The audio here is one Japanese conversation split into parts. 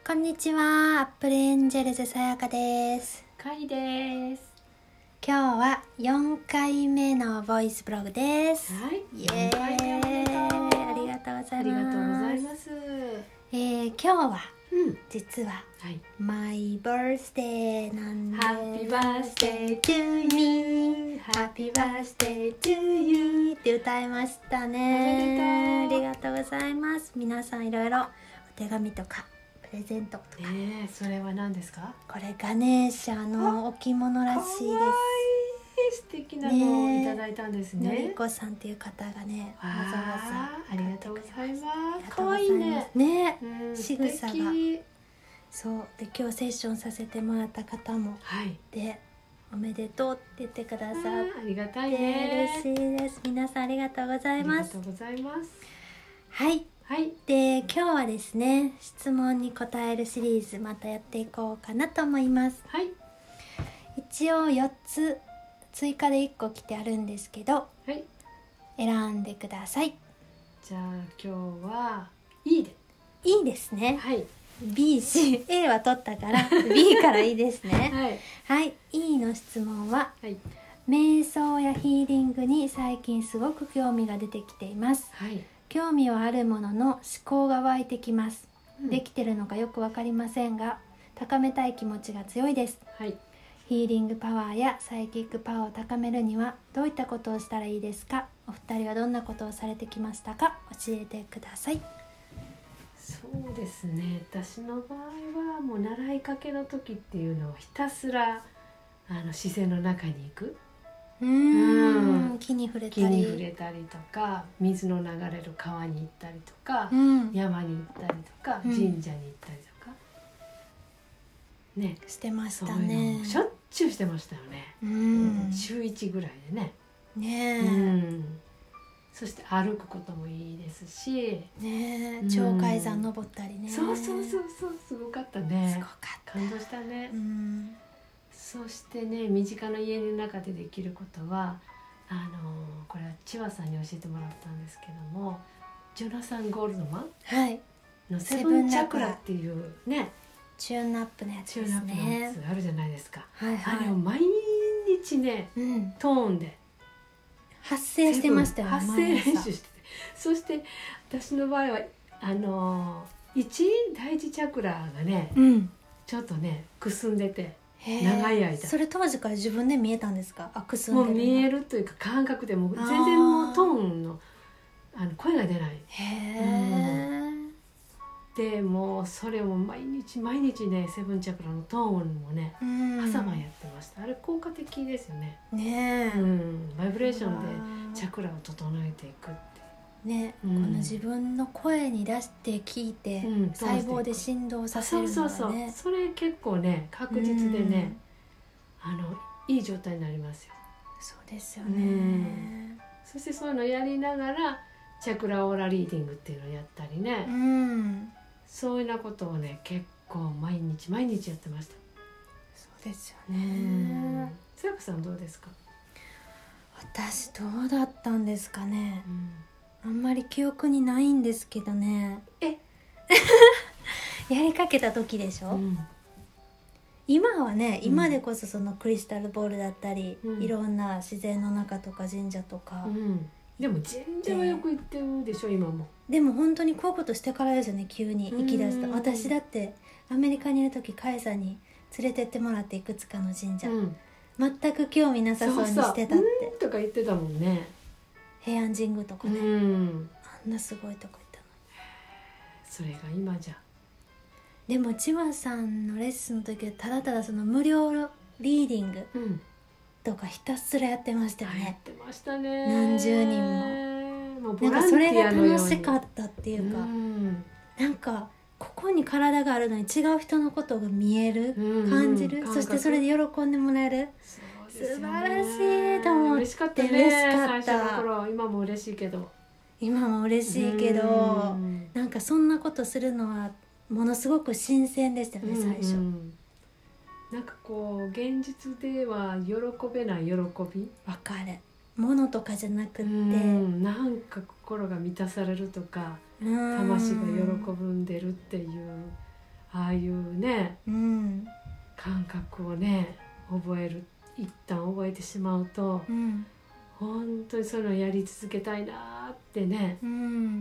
こんにちは、アップルエンジェルズさやかです。 かいです。 今日は4回目のボイスブログです。 はい、 イエーイ、ありがとうございます。 ありがとうございます。 今日は、実は、 はい、 マイバースデーなんで、 ハッピーバースデー to me、 ハッピーバースデー to you って歌いましたね。 おめでとう。 ありがとうございます。皆さんいろいろお手紙とかプレゼントとか、 それは何ですか？ これガネーシャの置物らしいです。 素敵なのをいただいたんですね。 のりこさんっていう方がね、わざわざありがとうございます。 かわいいね。ね、仕草が。 素敵。 そうで、今日セッションさせてもらった方も、でおめでとうって言ってくださって、 ありがたいね。 嬉しいです。皆さんありがとうございます。 ありがとうございます。 はい。 はい、 で今日はですね、質問に答えるシリーズまたやっていこうかなと思います。 はい、 一応4つ追加で1個来てあるんですけど、 はい、 選んでください。 じゃあ今日は E で。 いいですね。 はい、 B、C、A は取ったから B からいいですね。 はい、 はい、E の質問は、 はい、 瞑想やヒーリングに最近すごく興味が出てきています。 はい、 興味はあるものの思考が湧いてきます。できてるのかよくわかりませんが、高めたい気持ちが強いです。 はい、 ヒーリングパワーやサイキックパワーを高めるにはどういったことをしたらいいですか？お二人はどんなことをされてきましたか？教えてください。 そうですね、私の場合はもう習いかけの時っていうのをひたすら自然の中に行く、 木に触れたりとか、水の流れる川に行ったりとか、山に行ったりとか、神社に行ったりとか、ね、 してましたそういうね。 のしょっちゅうしてましたよね。週1ぐらいでね。そして歩くこともいいですし、 鳥海山登ったりね。 そうすごかったね。 すごかった。 感動したね。そしてね、身近な家の中でできることはこれは千葉さんに教えてもらったんですけども、ジョナサン・ゴールドマンのセブンチャクラっていうね、 チューンアップのやつですね。 チューンアップのやつあるじゃないですか。あれを毎日ね、トーンで発声してましたよね。 発声練習してて、そして私の場合は第一チャクラがね、ちょっとねくすんでて、長い間。 それ当時から自分で見えたんですか？くすんでるの。 もう見えるというか感覚でも全然もうトーンの声が出ない。でもうそれも毎日ね、セブンチャクラのトーンもね、朝晩やってました。あれ効果的ですよね。バイブレーションでチャクラを整えていくってこの自分の声に出して聞いて、細胞で振動させるのがね、 それ結構ね確実でね、いい状態になりますよ。 そうですよね。 そしてそういうのやりながらチャクラオーラリーディングっていうのをやったりね、そういうようなことをね結構毎日やってました。 そうですよね。 さやかさんどうですか？ 私どうだったんですかね。あんまり記憶にないんですけどね。やりかけた時でしょ。今はね、今でこそそのクリスタルボールだったり、いろんな自然の中とか神社とか、 でも神社はよく行ってるでしょ今も。 でも本当にこういうことしてからですよね、急に行き出した。私だってアメリカにいる時カイさんに連れてってもらって、いくつかの神社、全く興味なさそうにしてたってとか言ってたもんね。 平安神宮とかね、あんなすごいとこ行ったの。 それが今じゃ。 でも千葉さんのレッスンの時はただただその無料リーディングとかひたすらやってましたよね。 やってましたね。 何十人も。なんかそれが楽しかったっていうか、なんかここに体があるのに違う人のことが見える、感じる、そしてそれで喜んでもらえる、素晴らしいと思って。 嬉しかったね、最初の頃。今も嬉しいけど、 なんかそんなことするのはものすごく新鮮でしたよね、最初。 なんかこう現実では喜べない喜び、 わかる。物とかじゃなくって、 なんか心が満たされるとか、魂が喜んでるっていう、 ああいうね、 うん、 感覚をね一旦覚えてしまうと、 うん、 本当にそういうのをやり続けたいなってね、 うん、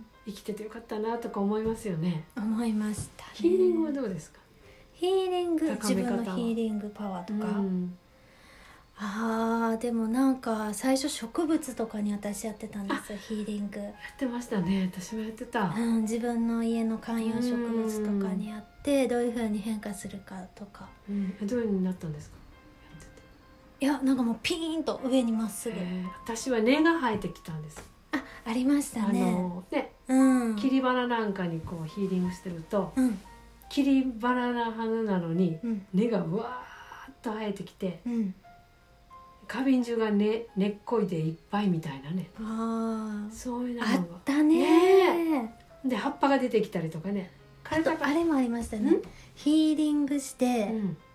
生きててよかったなとか思いますよね。 思いましたね。 ヒーリングはどうですか？ ヒーリング、 高め方は自分のヒーリングパワーとか、 うん、 でもなんか最初植物とかに私やってたんですよ、ヒーリング。 やってましたね。私もやってた、 自分の家の観葉植物とかにやってどういう風に変化するかとか、 どういう風になったんですか？やってて。 いやなんかもうピーンと上にまっすぐ、 私は根が生えてきたんです。 ありましたね。 切り花なんかにこうヒーリングしてると、切り花の花なのに、根がうわーっと生えてきて、花瓶中が根っこいでいっぱいみたいなね。そういうのがあったね。 で葉っぱが出てきたりとかね。 あれもありましたね。ヒーリングして、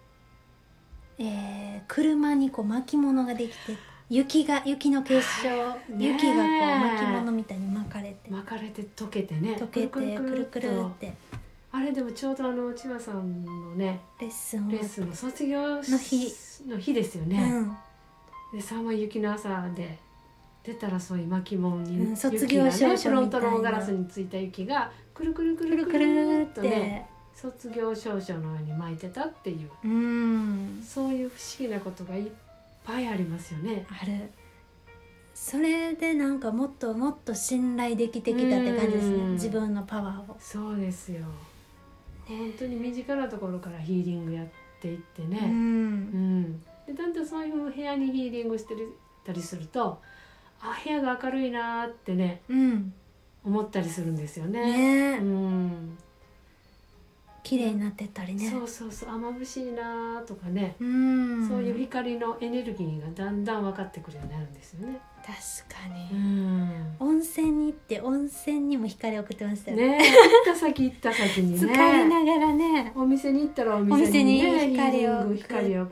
車にこう巻物ができて、雪の結晶、雪がこう巻物みたいに巻かれて溶けてね、 溶けてくるくるって。 あれでもちょうど千葉さんのねレッスンの卒業の日ですよね。で寒い雪の朝で出たらそういう巻物に、 卒業証書みたいなフロントのガラスについた雪がくるくるくるくるっとね、卒業証書のように巻いてたっていう、そういう不思議なことがいっぱいありますよね。 ある。それでなんかもっともっと信頼できてきたって感じですね、自分のパワーを。 そうですよ、本当に身近なところからヒーリングやっていってね、でだんだんそういう部屋にヒーリングしてたりすると、部屋が明るいなってね、思ったりするんですよね。綺麗になってったりね。 そう雨ぶしいなとかね、そういう光のエネルギーがだんだん分かってくるようになるんですよね。 確かに、温泉に行って温泉にも光送ってましたよね。 行った先にね使いながらね、 お店に行ったらお店にね光を送って、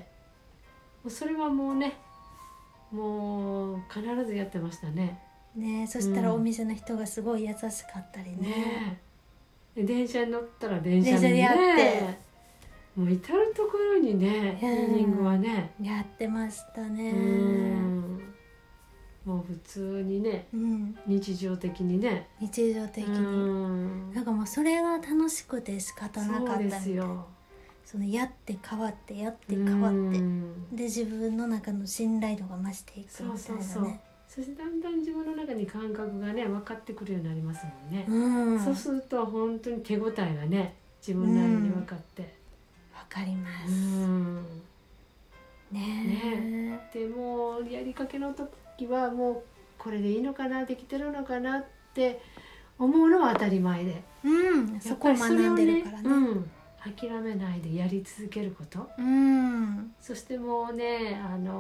それはもうね、もう必ずやってましたね。 そしたらお店の人がすごい優しかったりね。 電車に乗ったら電車にやって、もう至る所にねヒーリングはねやってましたね。 もう普通にね、日常的にね、 なんかもうそれが楽しくて仕方なかったみたい。 そうですよ。 そのやって変わってで自分の中の信頼度が増していくみたいなね。 そしてだんだん自分の中に感覚がね分かってくるようになりますもんね。そうすると本当に手応えがね自分なりに分かって、 分かります。 でもやりかけの時はもうこれでいいのかな、できてるのかなって思うのは当たり前で、 そこを学んでるからね。 諦めないでやり続けること、そしてもうね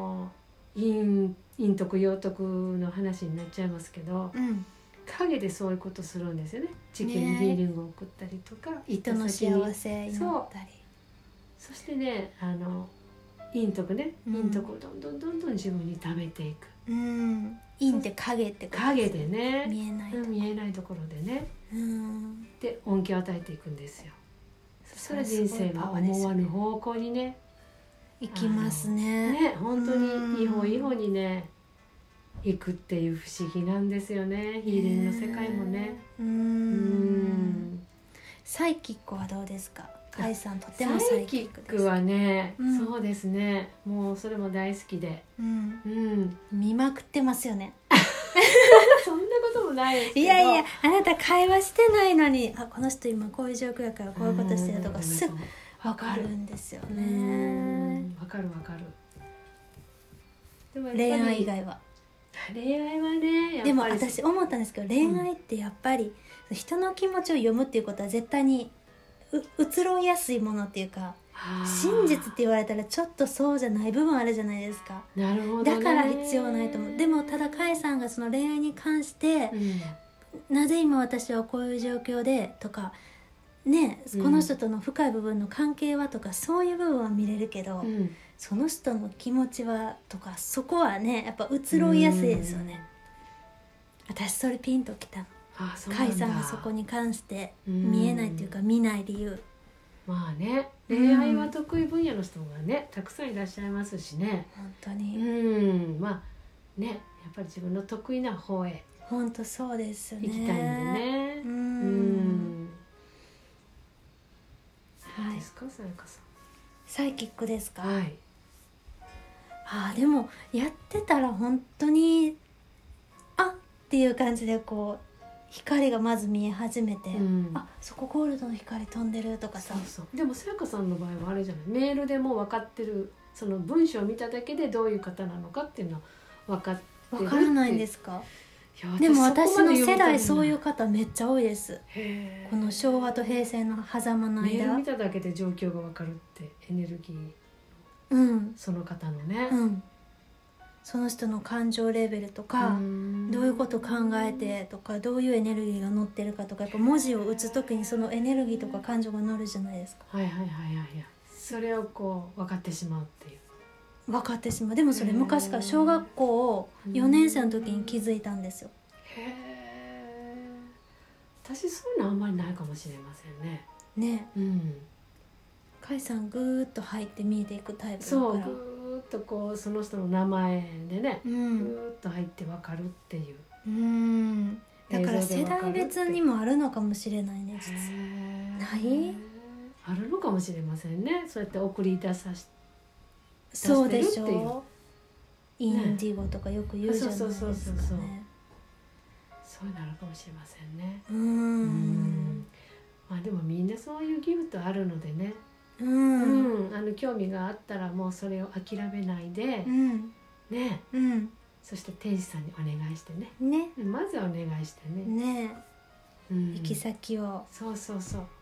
陰徳陽徳の話になっちゃいますけど、陰でそういうことするんですよね。地球にヒーリングを送ったりとか、 人の幸せになったり、 そしてね陰徳をどんどん自分に貯めていく。 陰って影ってことです。 影でね、 見えないところでね、で恩恵を与えていくんですよ。それ人生が思わぬ方向にね行きますね。 本当にいい方にね行くっていう不思議なんですよね、ヒーリングの世界もね。 サイキックはどうですか？甲斐さんとてもサイキックです。 サイキックはね、そうですね、もうそれも大好きで、 見まくってますよね。 そんなこともないですけど。 いやあなた会話してないのに、この人今こういう状況やからこういうことしてるとかすぐ分かるんですよね。 分かる。でも恋愛以外はね、 でも私思ったんですけど、恋愛ってやっぱり人の気持ちを読むっていうことは絶対に移ろいやすいものっていうか、真実って言われたらちょっとそうじゃない部分あるじゃないですか。 なるほどね。 だから必要ないと思う。でもただ甲斐さんがその恋愛に関して、なぜ今私はこういう状況でとかね、この人との深い部分の関係はとか、そういう部分は見れるけど、その人の気持ちはとか、そこはねやっぱ移ろいやすいですよね。私それピンときたの。甲斐さんがそこに関して見えないっていうか見ない理由。 まあね、恋愛は得意分野の人がねたくさんいらっしゃいますしね。 本当に、 まあね、やっぱり自分の得意な方へ本当そうですね、 行きたいんでね。何ですか、さやかさん。 サイキックですか。 はい。 でもやってたら本当にっていう感じでこう光がまず見え始めて、そこゴールドの光飛んでるとかさ。 そうでもさやかさんの場合はあれじゃない、メールでも分かってる、その文章を見ただけでどういう方なのかっていうのは分かってる。 分からないんですか。でも私の世代そういう方めっちゃ多いです。この昭和と平成の狭間の間、 メール見ただけで状況が分かるって、エネルギー、その方のね、その人の感情レベルとか、どういうこと考えてとか、どういうエネルギーが乗ってるかとか、やっぱ文字を打つ時にそのエネルギーとか感情が乗るじゃないですか。 それをこう分かってしまうっていう。 分かってしまう。でもそれ昔から小学校4年生の時に気づいたんですよ。 私そういうのあんまりないかもしれませんね。 甲斐さんぐーっと入って見えていくタイプだから。 そう、ぐーっとこうその人の名前でね、ぐーっと入って分かるっていう。 だから世代別にもあるのかもしれないね、実は。ないあるのかもしれませんね。そうやって送り出させてそうでしょう。インディゴとかよく言うじゃないですかね。 そういうのあるかもしれませんね。まあでもみんなそういうギフトあるのでね、興味があったらもうそれを諦めないで、そして天使さんにお願いしてね、まずはお願いしてね、 行き先を。 そう